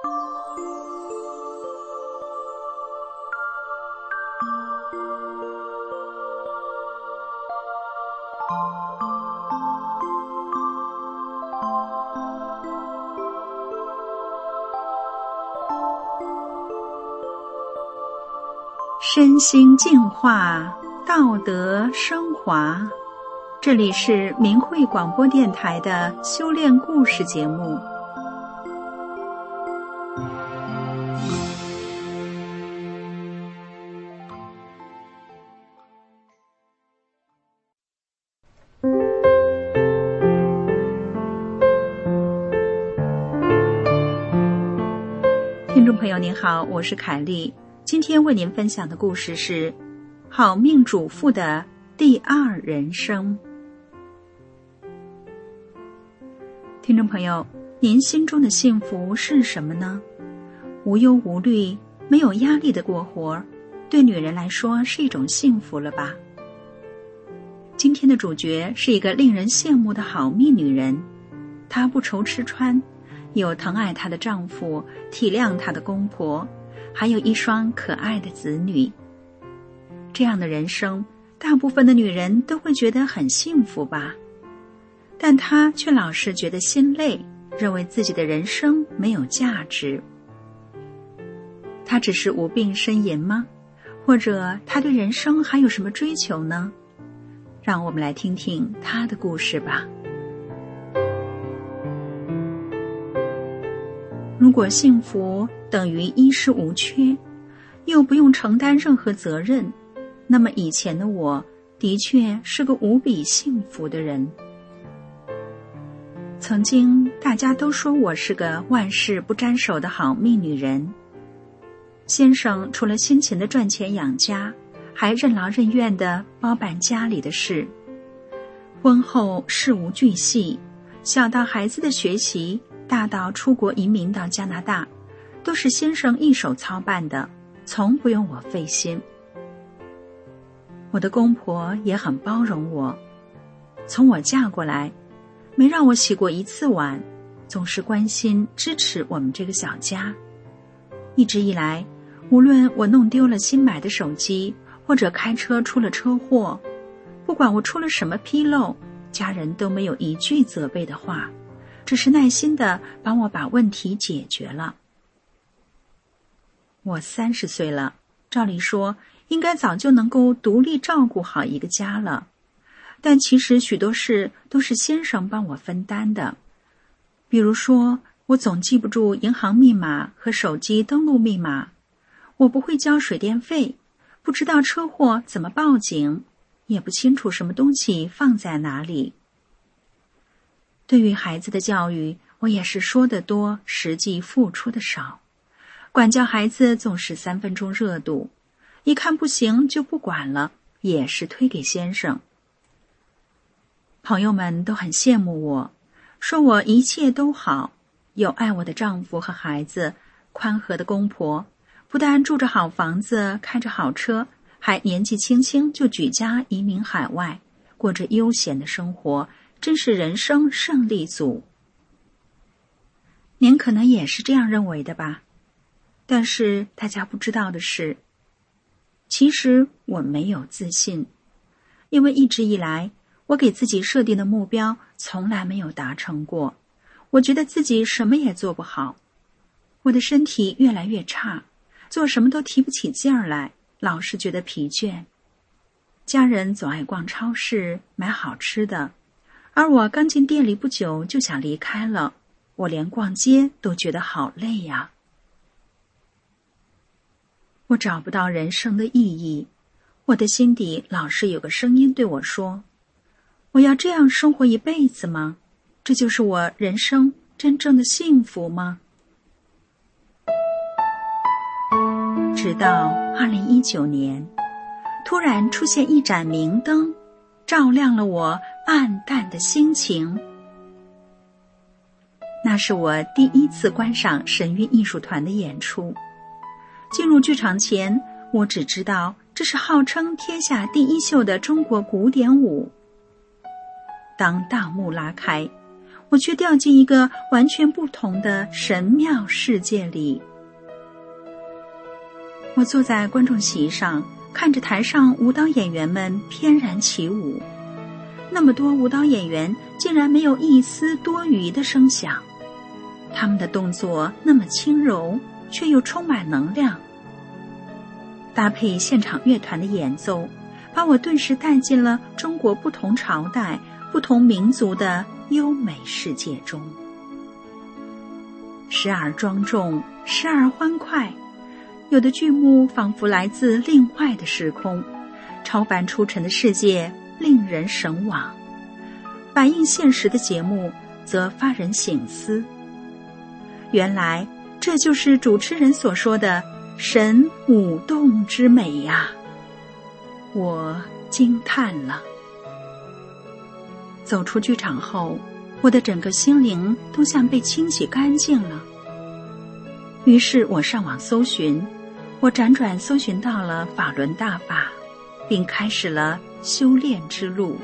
身心净化，道德升华。这里是明慧广播电台的修炼故事节目。听众朋友您好，我是凯丽。今天为您分享的故事是好命主妇的第二人生。听众朋友，您心中的幸福是什么呢？无忧无虑，没有压力的过活，对女人来说是一种幸福了吧？今天的主角是一个令人羡慕的好命女人，她不愁吃穿，有疼爱她的丈夫，体谅她的公婆，还有一双可爱的子女。这样的人生，大部分的女人都会觉得很幸福吧？但她却老是觉得心累，认为自己的人生没有价值。她只是无病呻吟吗？或者她对人生还有什么追求呢？让我们来听听她的故事吧。如果幸福等于衣食无缺，又不用承担任何责任，那么以前的我的确是个无比幸福的人。曾经大家都说我是个万事不沾手的好命女人。先生除了辛勤的赚钱养家，还任劳任怨地包办家里的事。婚后事无巨细，小到孩子的学习，大到出国移民到加拿大，都是先生一手操办的，从不用我费心。我的公婆也很包容我，从我嫁过来，没让我洗过一次碗，总是关心支持我们这个小家。一直以来，无论我弄丢了新买的手机，或者开车出了车祸，不管我出了什么纰漏，家人都没有一句责备的话，只是耐心地帮我把问题解决了。我30岁了，照理说应该早就能够独立照顾好一个家了，但其实许多事都是先生帮我分担的。比如说，我总记不住银行密码和手机登录密码，我不会交水电费，不知道车祸怎么报警，也不清楚什么东西放在哪里。对于孩子的教育，我也是说得多，实际付出的少。管教孩子总是3分钟热度，一看不行就不管了，也是推给先生。朋友们都很羡慕我，说我一切都好，有爱我的丈夫和孩子，宽和的公婆，不但住着好房子，开着好车，还年纪轻轻就举家移民海外，过着悠闲的生活，真是人生胜利组。您可能也是这样认为的吧？但是大家不知道的是，其实我没有自信，因为一直以来，我给自己设定的目标从来没有达成过。我觉得自己什么也做不好，我的身体越来越差，做什么都提不起劲儿来，老是觉得疲倦。家人总爱逛超市买好吃的，而我刚进店里不久就想离开了，我连逛街都觉得好累呀。我找不到人生的意义，我的心底老是有个声音对我说，我要这样生活一辈子吗？这就是我人生真正的幸福吗？直到2019年，突然出现一盏明灯，照亮了我暗淡的心情。那是我第一次观赏神韵艺术团的演出。进入剧场前，我只知道这是号称天下第一秀的中国古典舞。当大幕拉开，我我却掉进一个完全不同的神妙世界里。我坐在观众席上，看着台上舞蹈演员们翩然起舞，那么多舞蹈演员竟然没有一丝多余的声响，他们的动作那么轻柔，却又充满能量，搭配现场乐团的演奏，把我顿时带进了中国不同朝代、不同民族的优美世界中，时而庄重，时而欢快，有的剧目仿佛来自另外的时空，超凡出尘的世界令人神往，反映现实的节目则发人省思。原来这就是主持人所说的神舞动之美呀！我惊叹了。走出剧场后，我的整个心灵都像被清洗干净了。于是我上网搜寻，我辗转搜寻到了法轮大法，并开始了修炼之路。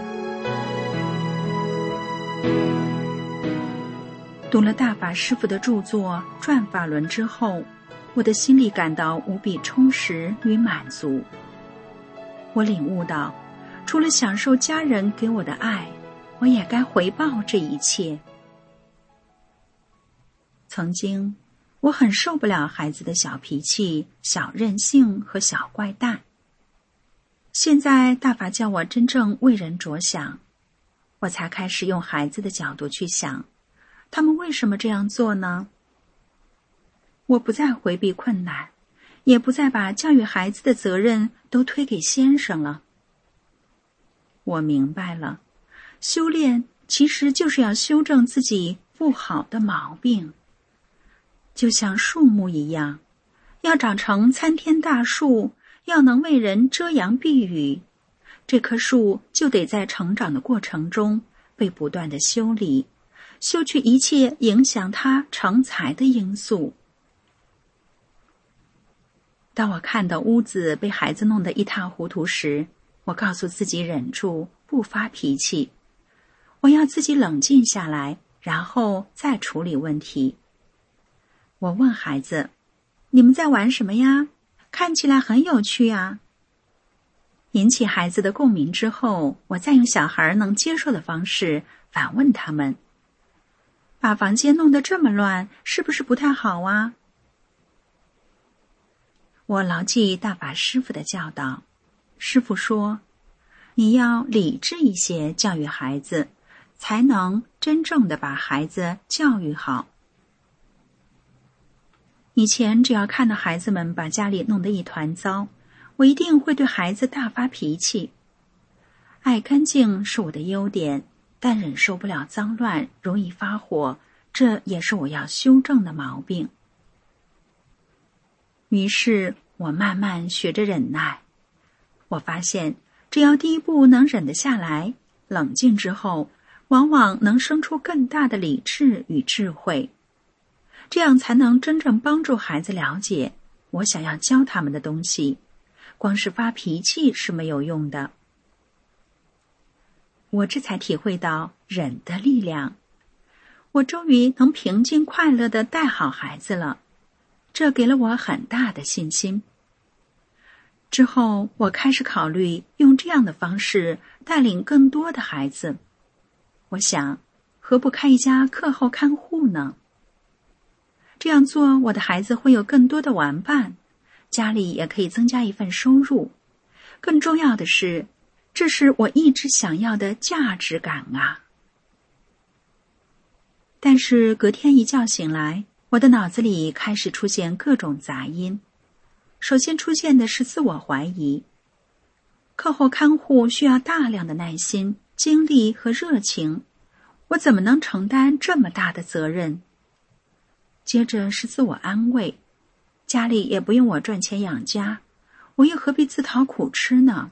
读了大法师父的著作《转法轮》之后，我的心里感到无比充实与满足。我领悟到，除了享受家人给我的爱，我也该回报这一切。曾经，我很受不了孩子的小脾气、小任性和小怪诞。现在大法叫我真正为人着想，我才开始用孩子的角度去想，他们为什么这样做呢？我不再回避困难，也不再把教育孩子的责任都推给先生了。我明白了，修炼其实就是要修正自己不好的毛病。就像树木一样，要长成参天大树，要能为人遮阳避雨，这棵树就得在成长的过程中被不断的修理，修去一切影响它成材的因素。当我看到屋子被孩子弄得一塌糊涂时，我告诉自己忍住，不发脾气。我要自己冷静下来，然后再处理问题。我问孩子：“你们在玩什么呀？看起来很有趣啊。”引起孩子的共鸣之后，我再用小孩能接受的方式反问他们：“把房间弄得这么乱，是不是不太好啊？”我牢记大法师父的教导，师父说，你要理智一些教育孩子，才能真正的把孩子教育好。以前只要看到孩子们把家里弄得一团糟，我一定会对孩子大发脾气。爱干净是我的优点，但忍受不了脏乱，容易发火，这也是我要修正的毛病。于是我慢慢学着忍耐。我发现，只要第一步能忍得下来，冷静之后，往往能生出更大的理智与智慧。这样才能真正帮助孩子了解我想要教他们的东西，光是发脾气是没有用的。我这才体会到忍的力量。我终于能平静快乐地带好孩子了，这给了我很大的信心。之后，我开始考虑用这样的方式带领更多的孩子。我想，何不开一家课后看护呢？这样做，我的孩子会有更多的玩伴，家里也可以增加一份收入。更重要的是，这是我一直想要的价值感啊！但是隔天一觉醒来，我的脑子里开始出现各种杂音。首先出现的是自我怀疑。课后看护需要大量的耐心、精力和热情，我怎么能承担这么大的责任？接着是自我安慰，家里也不用我赚钱养家，我又何必自讨苦吃呢？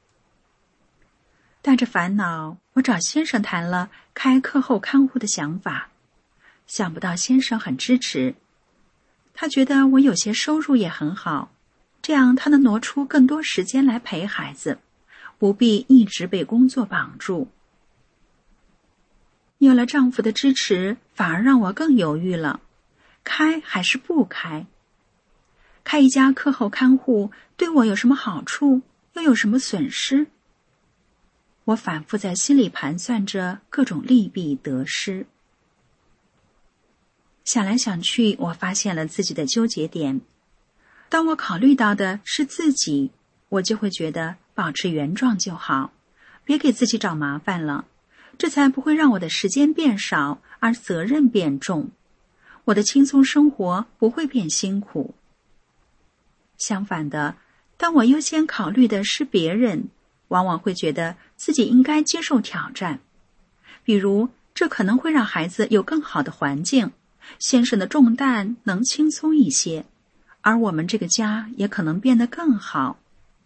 带着烦恼，我找先生谈了开课后看护的想法，想不到先生很支持。他觉得我有些收入也很好，这样他能挪出更多时间来陪孩子，不必一直被工作绑住。 有了丈夫的支持，反而让我更犹豫了，开还是不开？开一家课后看护对我有什么好处，又有什么损失？我反复在心里盘算着各种利弊得失。想来想去，我发现了自己的纠结点。当我考虑到的是自己，我就会觉得保持原状就好，别给自己找麻烦了，这才不会让我的时间变少，而责任变重。我的轻松生活不会变辛苦。相反的，当我优先考虑的是别人，往往会觉得自己应该接受挑战。比如，这可能会让孩子有更好的环境，先生的重担能轻松一些，而我们这个家也可能变得更好。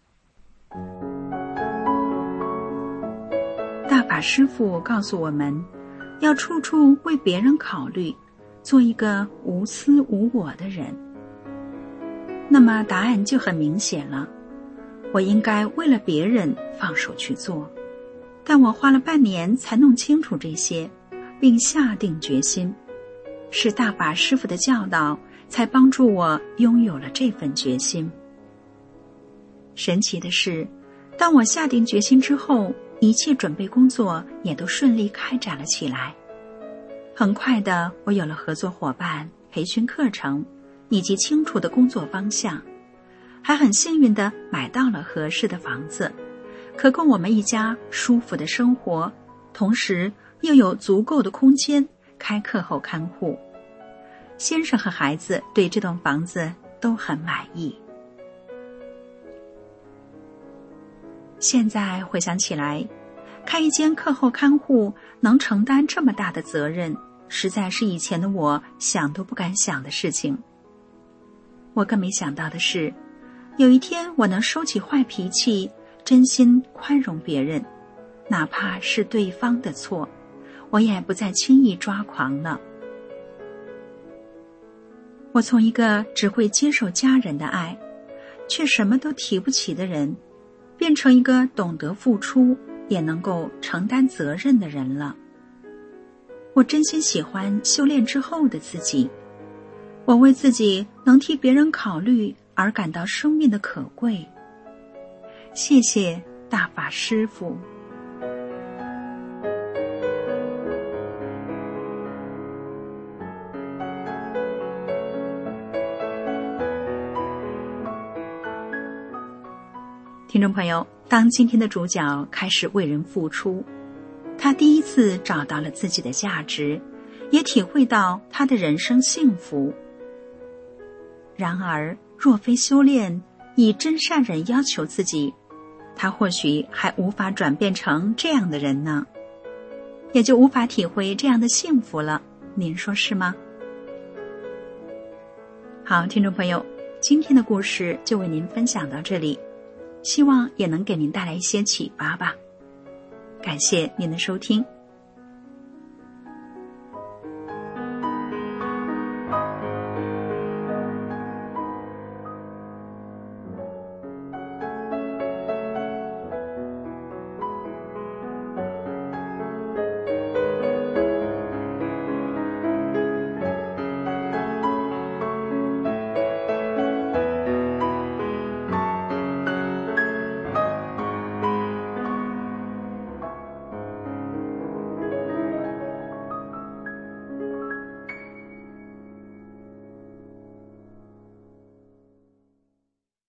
大法师父告诉我们，要处处为别人考虑，做一个无私无我的人。那么答案就很明显了，我应该为了别人放手去做。但我花了半年才弄清楚这些，并下定决心。是大法师父的教导才帮助我拥有了这份决心。神奇的是，当我下定决心之后，一切准备工作也都顺利开展了起来。很快的，我有了合作伙伴、培训课程以及清楚的工作方向，还很幸运地买到了合适的房子，可供我们一家舒服的生活，同时又有足够的空间开课后看护。先生和孩子对这栋房子都很满意。现在回想起来，开一间课后看护能承担这么大的责任，实在是以前的我想都不敢想的事情。我更没想到的是，有一天我能收起坏脾气，真心宽容别人，哪怕是对方的错，我也不再轻易抓狂了。我从一个只会接受家人的爱，却什么都提不起的人，变成一个懂得付出，也能够承担责任的人了。我真心喜欢修炼之后的自己，我为自己能替别人考虑而感到生命的可贵。谢谢大法师父。听众朋友，当今天的主角开始为人付出，他第一次找到了自己的价值，也体会到他的人生幸福。然而，若非修炼，以真善人要求自己，他或许还无法转变成这样的人呢，也就无法体会这样的幸福了。您说是吗？好，听众朋友，今天的故事就为您分享到这里，希望也能给您带来一些启发吧。感谢您的收听。